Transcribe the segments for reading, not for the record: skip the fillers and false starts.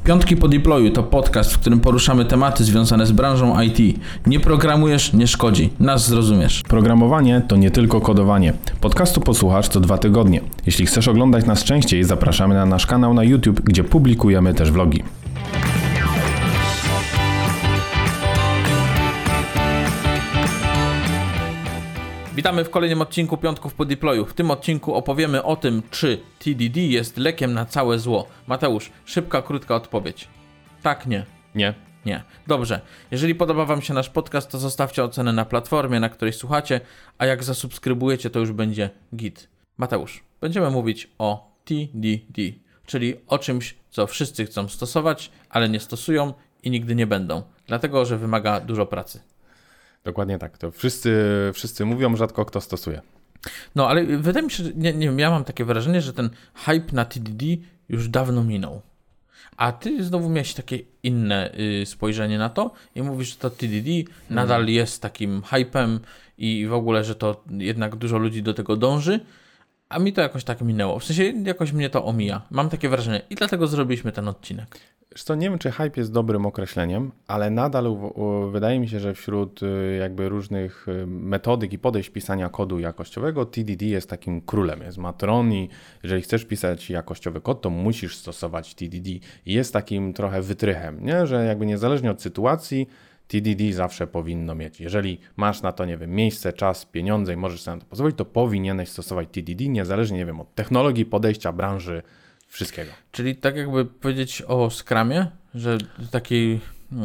Piątki po deployu to podcast, w którym poruszamy tematy związane z branżą IT. Nie programujesz, nie szkodzi. Nas zrozumiesz. Programowanie to nie tylko kodowanie. Podcastu posłuchasz co 2 tygodnie. Jeśli chcesz oglądać nas częściej, zapraszamy na nasz kanał na YouTube, gdzie publikujemy też vlogi. Witamy w kolejnym odcinku Piątków po deployu. W tym odcinku opowiemy o tym, czy TDD jest lekiem na całe zło. Mateusz, szybka, krótka odpowiedź. Tak, nie. Nie. Nie. Dobrze. Jeżeli podoba Wam się nasz podcast, to zostawcie ocenę na platformie, na której słuchacie, a jak zasubskrybujecie, to już będzie git. Mateusz, będziemy mówić o TDD, czyli o czymś, co wszyscy chcą stosować, ale nie stosują i nigdy nie będą, dlatego że wymaga dużo pracy. Dokładnie tak. To wszyscy mówią, rzadko kto stosuje. No, ale wydaje mi się, że nie wiem, ja mam takie wrażenie, że ten hype na TDD już dawno minął. A ty znowu miałeś takie inne spojrzenie na to i mówisz, że to TDD nadal jest takim hypem i w ogóle, że to jednak dużo ludzi do tego dąży, a mi to jakoś tak minęło. W sensie jakoś mnie to omija. Mam takie wrażenie i dlatego zrobiliśmy ten odcinek. Zresztą nie wiem, czy hype jest dobrym określeniem, ale nadal wydaje mi się, że wśród jakby różnych metodyk i podejść pisania kodu jakościowego TDD jest takim królem, jest matron i jeżeli chcesz pisać jakościowy kod, to musisz stosować TDD i jest takim trochę wytrychem, nie? Że jakby niezależnie od sytuacji TDD zawsze powinno mieć. Jeżeli masz na to, nie wiem, miejsce, czas, pieniądze i możesz sobie na to pozwolić, to powinieneś stosować TDD niezależnie, nie wiem, od technologii, podejścia, branży, wszystkiego. Czyli tak jakby powiedzieć o Scrumie, że taki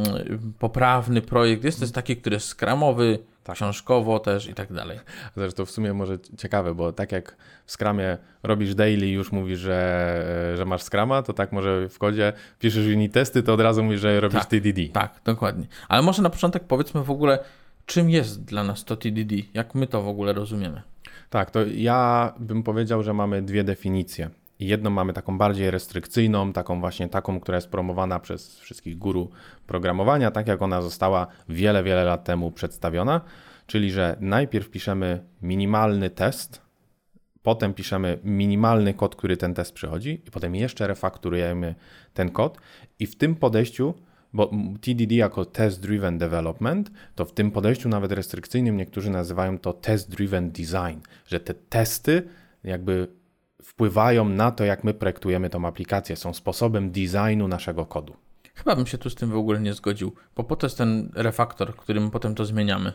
poprawny projekt jest, to jest taki, który jest scrumowy, tak, książkowo też i tak dalej. Zresztą w sumie może ciekawe, bo tak jak w Scrumie robisz daily i już mówisz, że masz Scruma, to tak może w kodzie piszesz unit testy, to od razu mówisz, że robisz TDD. Tak, dokładnie. Ale może na początek powiedzmy w ogóle, czym jest dla nas to TDD, jak my to w ogóle rozumiemy. Tak, to ja bym powiedział, że mamy dwie definicje. I jedną mamy taką bardziej restrykcyjną, taką, która jest promowana przez wszystkich guru programowania, tak jak ona została wiele lat temu przedstawiona, czyli że najpierw piszemy minimalny test, potem piszemy minimalny kod, który ten test przychodzi i potem jeszcze refakturujemy ten kod i w tym podejściu, bo TDD jako Test Driven Development, to w tym podejściu nawet restrykcyjnym niektórzy nazywają to Test Driven Design, że te testy jakby wpływają na to, jak my projektujemy tą aplikację, są sposobem designu naszego kodu. Chyba bym się tu z tym w ogóle nie zgodził, bo po to jest ten refaktor, którym potem to zmieniamy.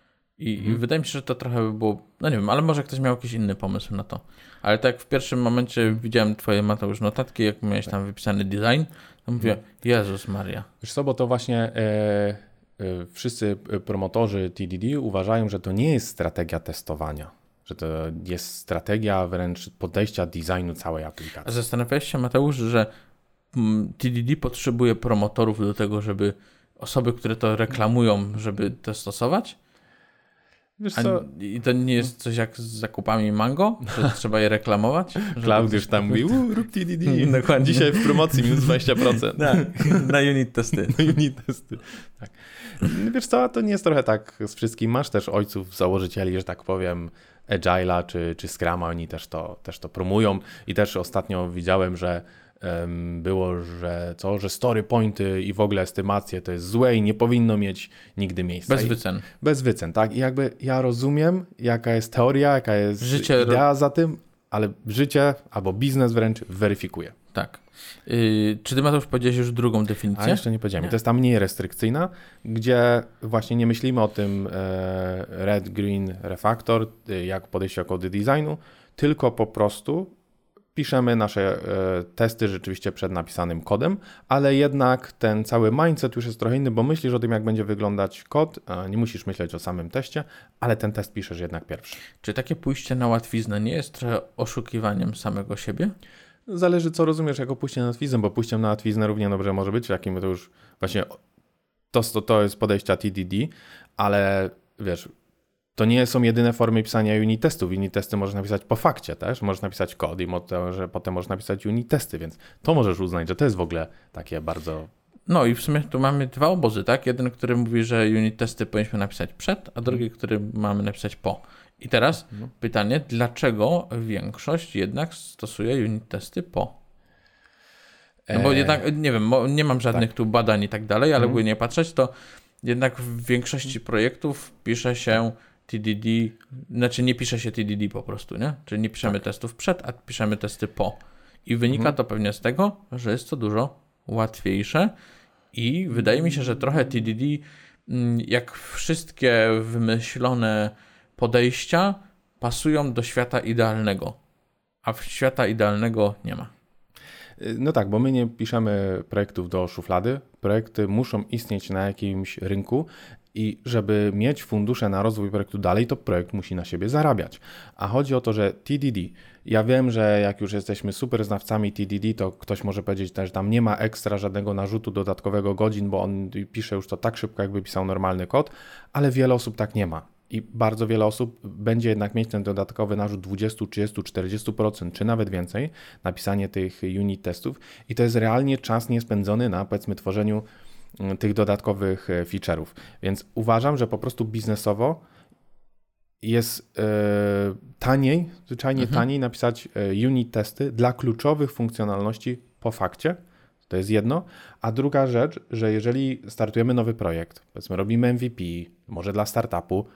I wydaje mi się, że to trochę by było, no nie wiem, ale może ktoś miał jakiś inny pomysł na to. Ale tak w pierwszym momencie widziałem twoje, Mateusz, notatki, jak miałeś tam wypisany design, to mówię, Jezus Maria. Wiesz co, bo to właśnie wszyscy promotorzy TDD uważają, że to nie jest strategia testowania. Że to jest strategia wręcz podejścia designu całej aplikacji. A zastanawiałeś się, Mateusz, że TDD potrzebuje promotorów do tego, żeby osoby, które to reklamują, żeby to stosować? Wiesz co? I to nie jest coś jak z zakupami Mango, że trzeba je reklamować? Klaudiusz tam mówi, rób TDD. Dokładnie. Dzisiaj w promocji minus 20%. Tak, na unit testy. Na unit testy, tak. Wiesz co, to nie jest trochę tak z wszystkim. Masz też ojców, założycieli, że tak powiem, Agile'a czy Scruma, oni też to promują i też ostatnio widziałem, że było, że story pointy i w ogóle estymacje to jest złe i nie powinno mieć nigdy miejsca. Bez wycen, tak? I jakby ja rozumiem, jaka jest teoria, jaka jest idea za tym, ale życie albo biznes wręcz weryfikuje. Tak. Czy ty, Mateusz, powiedziałeś już drugą definicję? A jeszcze nie powiedziałem. Nie. To jest ta mniej restrykcyjna, gdzie właśnie nie myślimy o tym red, green, refactor, jak podejście do kody designu, tylko po prostu piszemy nasze testy rzeczywiście przed napisanym kodem, ale jednak ten cały mindset już jest trochę inny, bo myślisz o tym, jak będzie wyglądać kod, nie musisz myśleć o samym teście, ale ten test piszesz jednak pierwszy. Czy takie pójście na łatwiznę nie jest trochę oszukiwaniem samego siebie? Zależy, co rozumiesz jako pójście na łatwiznę, bo pójściem na łatwiznę równie dobrze może być, jakim to już właśnie to jest podejścia TDD, ale wiesz, to nie są jedyne formy pisania unit testów. Unit testy możesz napisać po fakcie też, możesz napisać kod i potem możesz napisać unit testy, więc to możesz uznać, że to jest w ogóle takie bardzo... No i w sumie tu mamy dwa obozy, tak? Jeden, który mówi, że unit testy powinniśmy napisać przed, a drugi, który mamy napisać po. I teraz pytanie, dlaczego większość jednak stosuje unit testy po? No bo jednak, nie wiem, nie mam żadnych tu badań i tak dalej, ale ogólnie patrzeć, to jednak w większości projektów pisze się TDD, znaczy nie pisze się TDD po prostu, nie? Czyli nie piszemy testów przed, a piszemy testy po. I wynika to pewnie z tego, że jest to dużo łatwiejsze i wydaje mi się, że trochę TDD, jak wszystkie wymyślone podejścia, pasują do świata idealnego, a świata idealnego nie ma. No tak, bo my nie piszemy projektów do szuflady. Projekty muszą istnieć na jakimś rynku i żeby mieć fundusze na rozwój projektu dalej, to projekt musi na siebie zarabiać. A chodzi o to, że TDD, ja wiem, że jak już jesteśmy super znawcami TDD, to ktoś może powiedzieć też, że tam nie ma ekstra żadnego narzutu dodatkowego godzin, bo on pisze już to tak szybko, jakby pisał normalny kod, ale wiele osób tak nie ma. I bardzo wiele osób będzie jednak mieć ten dodatkowy narzut 20, 30, 40%, czy nawet więcej na pisanie tych unit testów i to jest realnie czas niespędzony na, powiedzmy, tworzeniu tych dodatkowych feature'ów. Więc uważam, że po prostu biznesowo jest taniej, zwyczajnie taniej napisać unit testy dla kluczowych funkcjonalności po fakcie. To jest jedno. A druga rzecz, że jeżeli startujemy nowy projekt, powiedzmy robimy MVP, może dla startupu,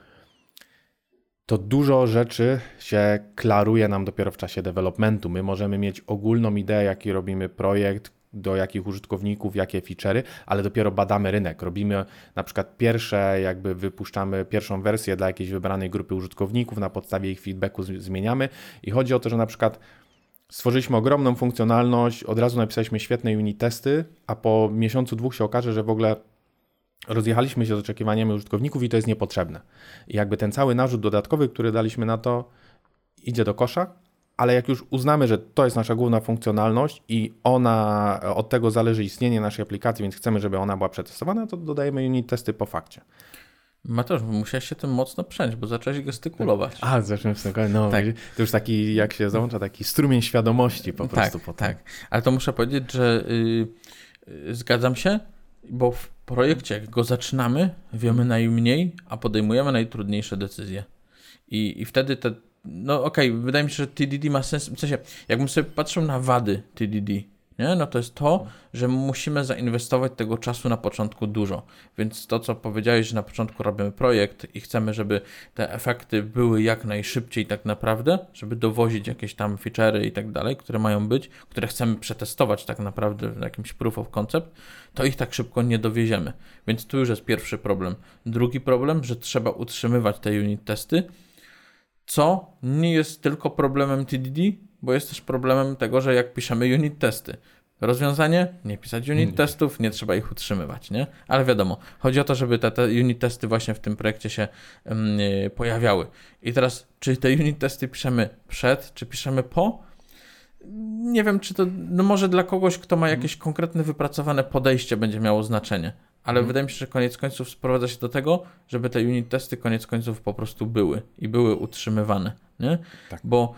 to dużo rzeczy się klaruje nam dopiero w czasie developmentu. My możemy mieć ogólną ideę, jaki robimy projekt, do jakich użytkowników, jakie feature'y, ale dopiero badamy rynek. Robimy na przykład wypuszczamy pierwszą wersję dla jakiejś wybranej grupy użytkowników, na podstawie ich feedbacku zmieniamy i chodzi o to, że na przykład stworzyliśmy ogromną funkcjonalność, od razu napisaliśmy świetne unit testy, a po miesiącu, dwóch się okaże, że w ogóle rozjechaliśmy się z oczekiwaniami użytkowników i to jest niepotrzebne. I jakby ten cały narzut dodatkowy, który daliśmy na to, idzie do kosza, ale jak już uznamy, że to jest nasza główna funkcjonalność i od tego zależy istnienie naszej aplikacji, więc chcemy, żeby ona była przetestowana, to dodajemy unit testy po fakcie. Mateusz, musiałeś się tym mocno przęść, bo zacząłeś gestykulować. Zacząłem stykulować. No, tak. To już taki, jak się załącza, taki strumień świadomości po prostu. Tak. Ale to muszę powiedzieć, że zgadzam się, bo w projekcie, jak go zaczynamy, wiemy najmniej, a podejmujemy najtrudniejsze decyzje. I wtedy wydaje mi się, że TDD ma sens, w sensie, jakbym sobie patrzył na wady TDD, nie? No to jest to, że musimy zainwestować tego czasu na początku dużo. Więc to, co powiedziałeś, że na początku robimy projekt i chcemy, żeby te efekty były jak najszybciej tak naprawdę, żeby dowozić jakieś tam feature'y i tak dalej, które mają być, które chcemy przetestować tak naprawdę w jakimś proof of concept, to ich tak szybko nie dowieziemy. Więc tu już jest pierwszy problem. Drugi problem, że trzeba utrzymywać te unit testy, co nie jest tylko problemem TDD, bo jest też problemem tego, że jak piszemy unit testy. Rozwiązanie? Nie pisać unit testów, nie trzeba ich utrzymywać, nie? Ale wiadomo, chodzi o to, żeby te unit testy właśnie w tym projekcie się pojawiały. I teraz, czy te unit testy piszemy przed, czy piszemy po? Nie wiem, czy to, może dla kogoś, kto ma jakieś konkretne, wypracowane podejście, będzie miało znaczenie. Ale wydaje mi się, że koniec końców sprowadza się do tego, żeby te unit testy koniec końców po prostu były i były utrzymywane, nie? Tak. Bo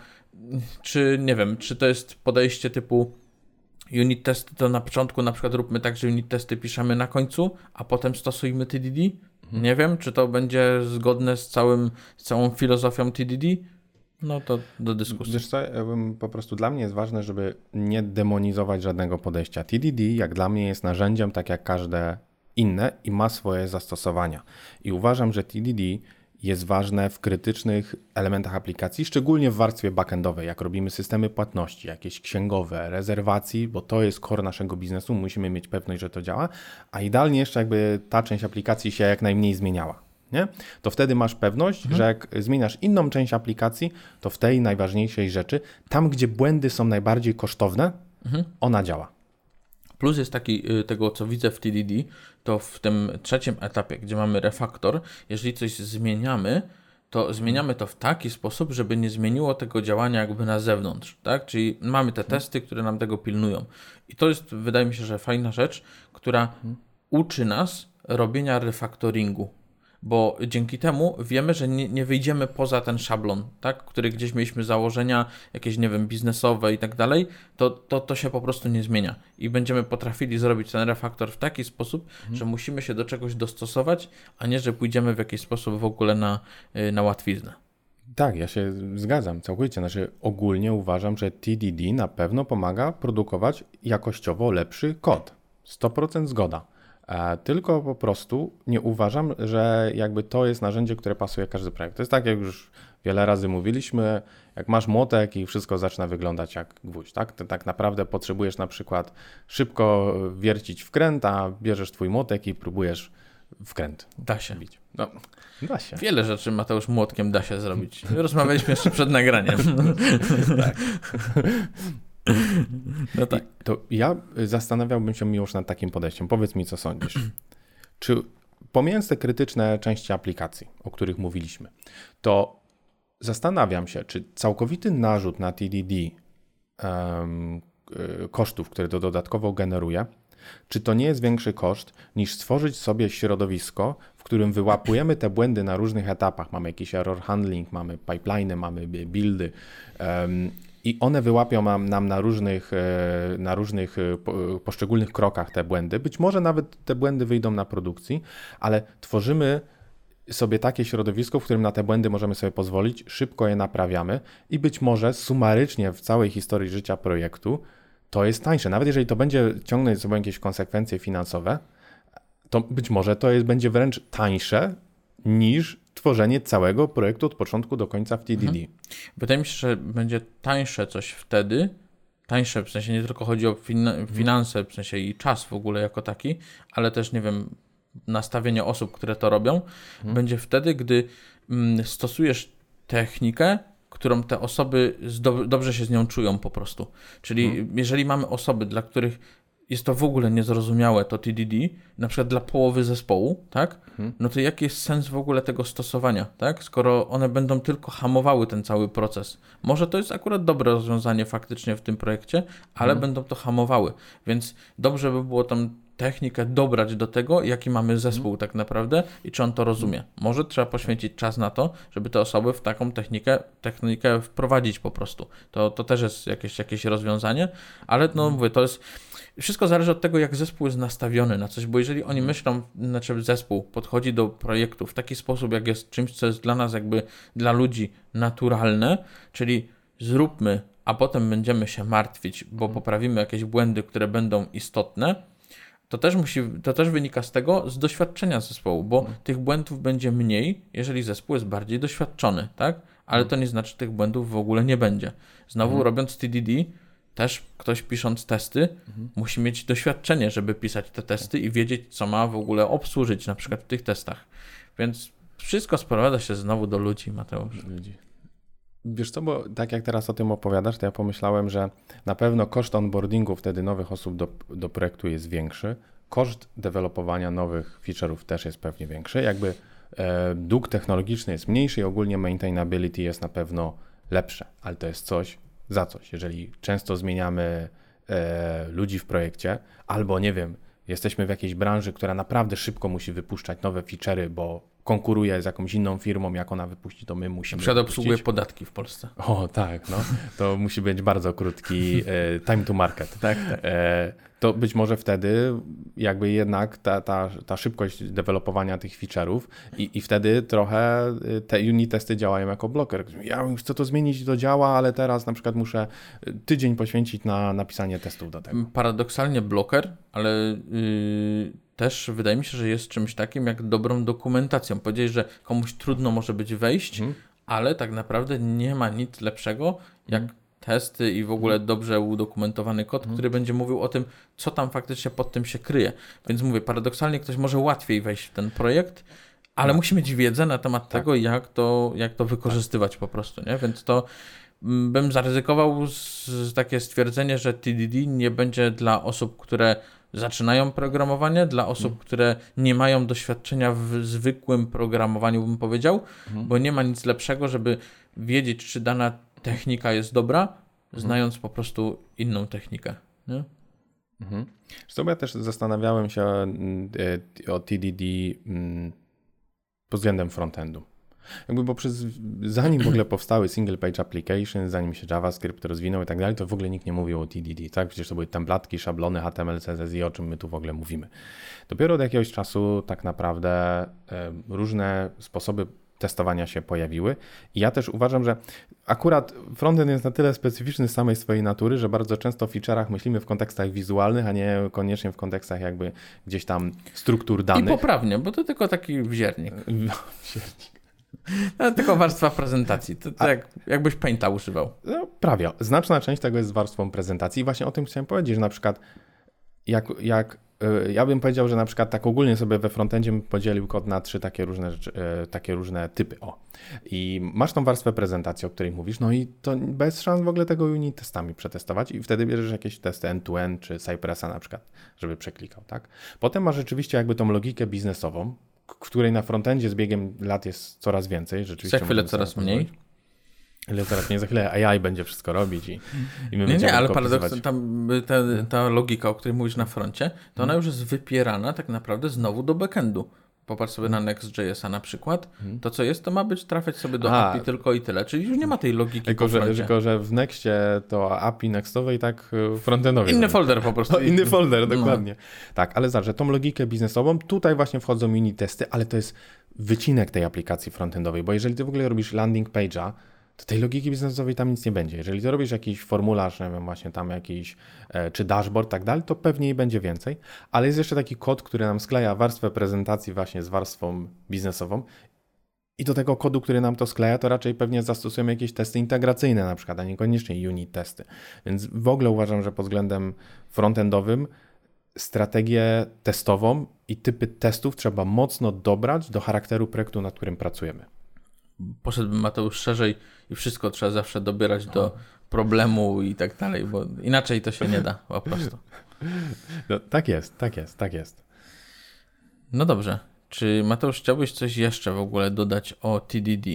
czy to jest podejście typu unit testy, to na początku na przykład róbmy tak, że unit testy piszemy na końcu, a potem stosujmy TDD? Nie wiem, czy to będzie zgodne z całą filozofią TDD? No to do dyskusji. Wiesz co, po prostu dla mnie jest ważne, żeby nie demonizować żadnego podejścia. TDD jak dla mnie jest narzędziem, tak jak każde inne i ma swoje zastosowania. I uważam, że TDD jest ważne w krytycznych elementach aplikacji, szczególnie w warstwie backendowej, jak robimy systemy płatności, jakieś księgowe, rezerwacji, bo to jest core naszego biznesu, musimy mieć pewność, że to działa, a idealnie jeszcze jakby ta część aplikacji się jak najmniej zmieniała. Nie? To wtedy masz pewność, że jak zmieniasz inną część aplikacji, to w tej najważniejszej rzeczy, tam gdzie błędy są najbardziej kosztowne, ona działa. Plus jest taki, tego co widzę w TDD, to w tym trzecim etapie, gdzie mamy refaktor, jeżeli coś zmieniamy, to zmieniamy to w taki sposób, żeby nie zmieniło tego działania jakby na zewnątrz, tak? Czyli mamy te testy, które nam tego pilnują. I to jest, wydaje mi się, że fajna rzecz, która uczy nas robienia refaktoringu. Bo dzięki temu wiemy, że nie wyjdziemy poza ten szablon, tak, który gdzieś mieliśmy założenia jakieś, nie wiem, biznesowe i tak dalej, to się po prostu nie zmienia. I będziemy potrafili zrobić ten refaktor w taki sposób, że musimy się do czegoś dostosować, a nie, że pójdziemy w jakiś sposób w ogóle na łatwiznę. Tak, ja się zgadzam całkowicie. Znaczy ogólnie uważam, że TDD na pewno pomaga produkować jakościowo lepszy kod. 100% zgoda. Tylko po prostu nie uważam, że jakby to jest narzędzie, które pasuje każdy projekt. To jest tak, jak już wiele razy mówiliśmy, jak masz młotek i wszystko zaczyna wyglądać jak gwóźdź, tak? To tak naprawdę potrzebujesz na przykład szybko wiercić wkręt, a bierzesz twój młotek i próbujesz wkręt Da się. bić. No, da się. Wiele rzeczy, Mateusz, młotkiem da się zrobić. Rozmawialiśmy jeszcze przed nagraniem. Tak. No tak. To ja zastanawiałbym się już nad takim podejściem. Powiedz mi, co sądzisz. Czy pomijając te krytyczne części aplikacji, o których mówiliśmy, to zastanawiam się, czy całkowity narzut na TDD kosztów, które to dodatkowo generuje, czy to nie jest większy koszt niż stworzyć sobie środowisko, w którym wyłapujemy te błędy na różnych etapach. Mamy jakiś error handling, mamy pipeliny, mamy buildy i one wyłapią nam na różnych poszczególnych krokach te błędy. Być może nawet te błędy wyjdą na produkcji, ale tworzymy sobie takie środowisko, w którym na te błędy możemy sobie pozwolić, szybko je naprawiamy i być może sumarycznie w całej historii życia projektu to jest tańsze. Nawet jeżeli to będzie ciągnąć ze sobą jakieś konsekwencje finansowe, to być może będzie wręcz tańsze niż tworzenie całego projektu od początku do końca w TDD. Wydaje mi się, że będzie tańsze coś wtedy, tańsze w sensie nie tylko chodzi o finanse, w sensie i czas w ogóle jako taki, ale też, nie wiem, nastawienie osób, które to robią, będzie wtedy, gdy stosujesz technikę, którą te osoby dobrze się z nią czują po prostu. Czyli jeżeli mamy osoby, dla których jest to w ogóle niezrozumiałe, to TDD, na przykład dla połowy zespołu, tak? No to jaki jest sens w ogóle tego stosowania, tak? Skoro one będą tylko hamowały ten cały proces. Może to jest akurat dobre rozwiązanie faktycznie w tym projekcie, ale będą to hamowały. Więc dobrze by było tą technikę dobrać do tego, jaki mamy zespół tak naprawdę i czy on to rozumie. Może trzeba poświęcić czas na to, żeby te osoby w taką technikę wprowadzić po prostu. To też jest jakieś rozwiązanie, ale no mówię, to jest wszystko zależy od tego, jak zespół jest nastawiony na coś, bo jeżeli oni myślą, znaczy zespół podchodzi do projektu w taki sposób, jak jest czymś, co jest dla nas jakby dla ludzi naturalne, czyli zróbmy, a potem będziemy się martwić, bo poprawimy jakieś błędy, które będą istotne, to też wynika z doświadczenia zespołu, bo tych błędów będzie mniej, jeżeli zespół jest bardziej doświadczony, tak? Ale to nie znaczy, że tych błędów w ogóle nie będzie. Znowu robiąc TDD, też ktoś pisząc testy musi mieć doświadczenie, żeby pisać te testy i wiedzieć, co ma w ogóle obsłużyć na przykład w tych testach. Więc wszystko sprowadza się znowu do ludzi, Mateusz. Ludzi. Wiesz co, bo tak jak teraz o tym opowiadasz, to ja pomyślałem, że na pewno koszt onboardingu wtedy nowych osób do projektu jest większy. Koszt dewelopowania nowych feature'ów też jest pewnie większy. Jakby dług technologiczny jest mniejszy i ogólnie maintainability jest na pewno lepsze, ale to jest coś za coś. Jeżeli często zmieniamy ludzi w projekcie, albo nie wiem, jesteśmy w jakiejś branży, która naprawdę szybko musi wypuszczać nowe feature'y, bo konkuruje z jakąś inną firmą, jak ona wypuści, to my musimy Na przykład wypuścić. obsługuje podatki w Polsce. O tak, no. To musi być bardzo krótki time to market. Tak. To być może wtedy jakby jednak ta szybkość dewelopowania tych feature'ów i wtedy trochę te unit testy działają jako bloker. Ja już chcę to zmienić, to działa, ale teraz na przykład muszę tydzień poświęcić na napisanie testów do tego. Paradoksalnie bloker, ale też wydaje mi się, że jest czymś takim jak dobrą dokumentacją. Powiedzieć, że komuś trudno może być wejść, ale tak naprawdę nie ma nic lepszego jak testy i w ogóle dobrze udokumentowany kod, który będzie mówił o tym, co tam faktycznie pod tym się kryje. Więc mówię, paradoksalnie ktoś może łatwiej wejść w ten projekt, ale musi mieć wiedzę na temat tego, jak to wykorzystywać po prostu, nie? Więc to bym zaryzykował takie stwierdzenie, że TDD nie będzie dla osób, które zaczynają programowanie, dla osób, które nie mają doświadczenia w zwykłym programowaniu, bym powiedział, bo nie ma nic lepszego, żeby wiedzieć, czy dana technika jest dobra, znając po prostu inną technikę. Nie? Zresztą ja też zastanawiałem się o TDD pod względem frontendu. Jakby bo zanim w ogóle powstały single page application, zanim się JavaScript rozwinął i tak dalej, to w ogóle nikt nie mówił o TDD, tak? Przecież to były templatki, szablony, HTML, CSS i o czym my tu w ogóle mówimy. Dopiero od jakiegoś czasu tak naprawdę różne sposoby testowania się pojawiły. I ja też uważam, że akurat frontend jest na tyle specyficzny z samej swojej natury, że bardzo często w feature'ach myślimy w kontekstach wizualnych, a nie koniecznie w kontekstach jakby gdzieś tam struktur danych. I poprawnie, bo to tylko taki wziernik. No, tylko warstwa prezentacji. To jakbyś Painta używał. No, prawie. Znaczna część tego jest z warstwą prezentacji i właśnie o tym chciałem powiedzieć, że na przykład ja bym powiedział, że na przykład tak ogólnie sobie we frontendzie bym podzielił kod na 3 takie różne rzeczy, takie różne typy. I masz tą warstwę prezentacji, o której mówisz, no i to bez szans w ogóle tego unit testami przetestować i wtedy bierzesz jakieś testy end-to-end czy Cypressa na przykład, żeby przeklikał, tak? Potem masz rzeczywiście jakby tą logikę biznesową, której na frontendzie z biegiem lat jest coraz więcej. Rzeczywiście za chwilę coraz mniej. Ale zaraz nie za chwilę AI będzie wszystko robić i my Nie, ale paradoksalnie tam ta logika, o której mówisz na froncie, to ona już jest wypierana tak naprawdę znowu do backendu. Popatrz sobie na Next.js-a na przykład. To co jest, to ma trafiać sobie do API tylko i tyle. Czyli już nie ma tej logiki tylko, że w Nextie to API Nextowej tak frontendowej. Inny folder po prostu. Inny folder, dokładnie. Tak, ale zobacz, że tą logikę biznesową, tutaj właśnie wchodzą unit testy, ale to jest wycinek tej aplikacji frontendowej, bo jeżeli ty w ogóle robisz landing page'a, to tej logiki biznesowej tam nic nie będzie. Jeżeli ty robisz jakiś formularz, nie wiem, właśnie tam jakiś, czy dashboard, tak dalej, to pewnie jej będzie więcej, ale jest jeszcze taki kod, który nam skleja warstwę prezentacji właśnie z warstwą biznesową i do tego kodu, który nam to skleja, to raczej pewnie zastosujemy jakieś testy integracyjne na przykład, a niekoniecznie unit testy. Więc w ogóle uważam, że pod względem frontendowym strategię testową i typy testów trzeba mocno dobrać do charakteru projektu, nad którym pracujemy. Poszedłbym, Mateusz, szerzej i wszystko trzeba zawsze dobierać do problemu i tak dalej, bo inaczej to się nie da po prostu. No, tak jest. No dobrze. Czy Mateusz chciałbyś coś jeszcze w ogóle dodać o TDD?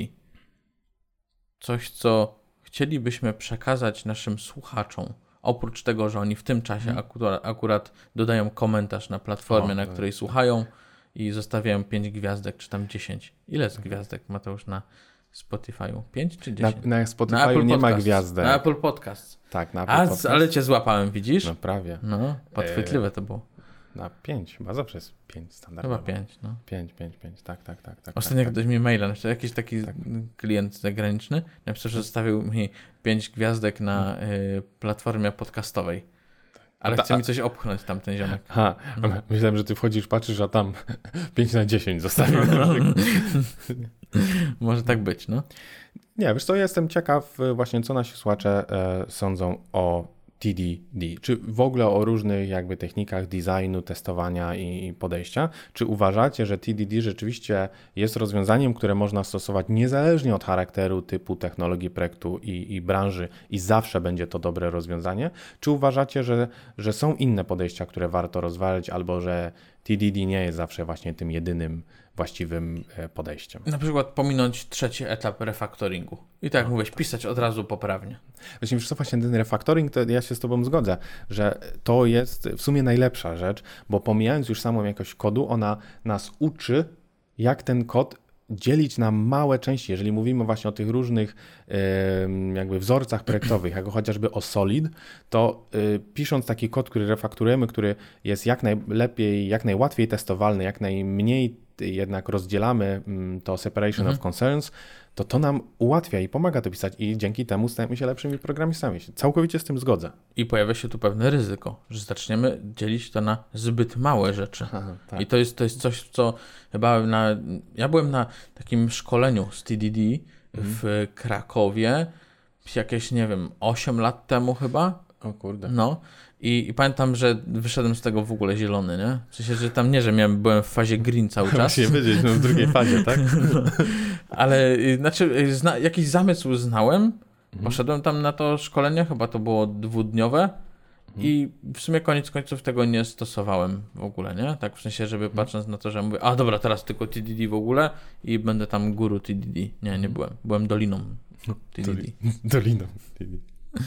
Coś, co chcielibyśmy przekazać naszym słuchaczom, oprócz tego, że oni w tym czasie akurat dodają komentarz na platformie, na której słuchają i zostawiają 5 gwiazdek, czy tam 10. Ile jest gwiazdek, Mateusz, na Spotify'u? 5 czy 10? Na Spotify'u nie ma gwiazdek. Na Apple Podcast. Tak, na Apple Podcast. Ale cię złapałem, widzisz? No prawie. No, podchwytliwe to było. Na 5, chyba zawsze jest 5 standardowo. Chyba 5, no. 5, tak. Ostatnio ktoś mi maila, jakiś taki klient zagraniczny napisał, że zostawił mi 5 gwiazdek na platformie podcastowej. Ale chce mi coś opchnąć tam ten ziomek. Myślałem, że ty wchodzisz, patrzysz, a tam 5/10 zostawił. Może tak być, no. Nie, wiesz co, jestem ciekaw właśnie, co nasi słuchacze sądzą o TDD, czy w ogóle o różnych jakby technikach designu, testowania i podejścia. Czy uważacie, że TDD rzeczywiście jest rozwiązaniem, które można stosować niezależnie od charakteru, typu technologii projektu i branży i zawsze będzie to dobre rozwiązanie? Czy uważacie, że są inne podejścia, które warto rozważyć, albo że TDD nie jest zawsze właśnie tym jedynym właściwym podejściem? Na przykład pominąć 3. etap refaktoringu. I tak jak mówisz, pisać od razu poprawnie. Wiesz co, właśnie ten refaktoring, to ja się z tobą zgodzę, że to jest w sumie najlepsza rzecz, bo pomijając już samą jakość kodu, ona nas uczy, jak ten kod dzielić na małe części. Jeżeli mówimy właśnie o tych różnych jakby wzorcach projektowych, jako chociażby o Solid, to pisząc taki kod, który refakturujemy, który jest jak najlepiej, jak najłatwiej testowalny, jak najmniej jednak rozdzielamy to separation of concerns, to nam ułatwia i pomaga to pisać i dzięki temu stajemy się lepszymi programistami. Całkowicie z tym zgodzę. I pojawia się tu pewne ryzyko, że zaczniemy dzielić to na zbyt małe rzeczy. Tak. I to jest coś, co chyba ja byłem na takim szkoleniu z TDD w Krakowie jakieś, nie wiem, 8 lat temu chyba. O kurde. No. I pamiętam, że wyszedłem z tego w ogóle zielony, nie? W sensie, że tam nie, że byłem w fazie green cały czas. Właśnie powiedzieć, w drugiej fazie, tak? No. Ale znaczy jakiś zamysł znałem, poszedłem tam na to szkolenie, chyba to było 2-dniowe i w sumie koniec końców tego nie stosowałem w ogóle, nie? Tak w sensie, żeby patrząc na to, że mówię, a dobra, teraz tylko TDD w ogóle i będę tam guru TDD. Nie byłem. Byłem doliną TDD. Doliną TDD.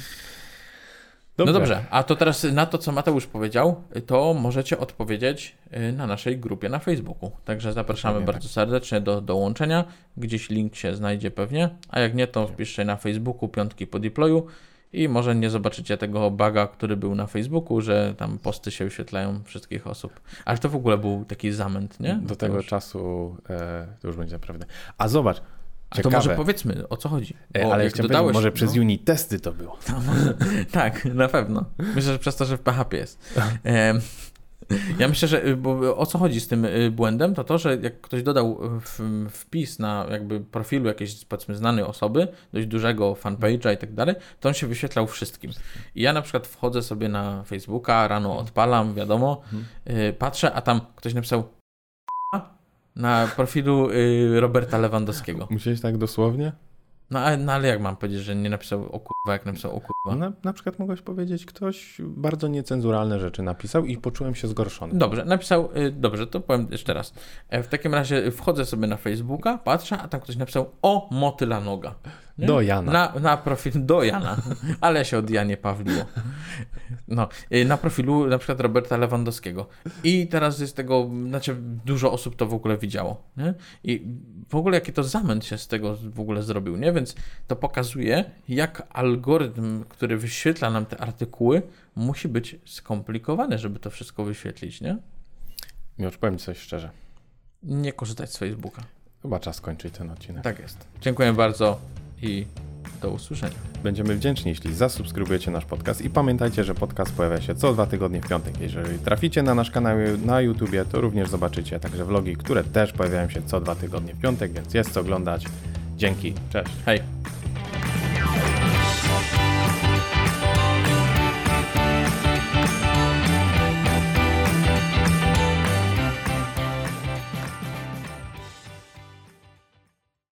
No dobrze, a to teraz na to, co Mateusz powiedział, to możecie odpowiedzieć na naszej grupie na Facebooku. Także zapraszamy bardzo serdecznie do dołączenia. Gdzieś link się znajdzie pewnie, a jak nie, to wpiszcie na Facebooku 5 po deployu i może nie zobaczycie tego buga, który był na Facebooku, że tam posty się wyświetlają wszystkich osób. Ale to w ogóle był taki zamęt, nie? Do tego czasu to już będzie naprawdę. A zobacz, a to może powiedzmy, o co chodzi. Ale jeszcze dodałeś, może przez unit testy to było. Tak, na pewno. Myślę, że przez to, że w PHP jest. Ja myślę, że bo o co chodzi z tym błędem, to to, że jak ktoś dodał wpis na jakby profilu jakiejś, powiedzmy, znanej osoby, dość dużego fanpage'a i tak dalej, to on się wyświetlał wszystkim. I ja na przykład wchodzę sobie na Facebooka, rano odpalam, wiadomo, patrzę, a tam ktoś napisał na profilu Roberta Lewandowskiego. Musiałeś tak dosłownie? No ale jak mam powiedzieć, że nie napisał o kurwa, jak napisał o kurwa? Na przykład mogłeś powiedzieć, ktoś bardzo niecenzuralne rzeczy napisał i poczułem się zgorszony. Dobrze, napisał, dobrze, to powiem jeszcze raz. W takim razie wchodzę sobie na Facebooka, patrzę, a tam ktoś napisał o motyla noga. Nie? Do Jana. Na profil do Jana, ale się od Janie pawliło. No, na profilu na przykład Roberta Lewandowskiego. I teraz jest tego, znaczy dużo osób to w ogóle widziało. Nie? I w ogóle jaki to zamęt się z tego w ogóle zrobił, nie? Więc to pokazuje, jak algorytm, który wyświetla nam te artykuły, musi być skomplikowany, żeby to wszystko wyświetlić, nie? Już powiem ci coś szczerze. Nie korzystać z Facebooka. Chyba czas skończyć ten odcinek. Tak jest. Dziękuję bardzo i do usłyszenia. Będziemy wdzięczni, jeśli zasubskrybujecie nasz podcast i pamiętajcie, że podcast pojawia się co 2 tygodnie w piątek. Jeżeli traficie na nasz kanał na YouTubie, to również zobaczycie także vlogi, które też pojawiają się co 2 tygodnie w piątek, więc jest co oglądać. Dzięki, cześć. Hej.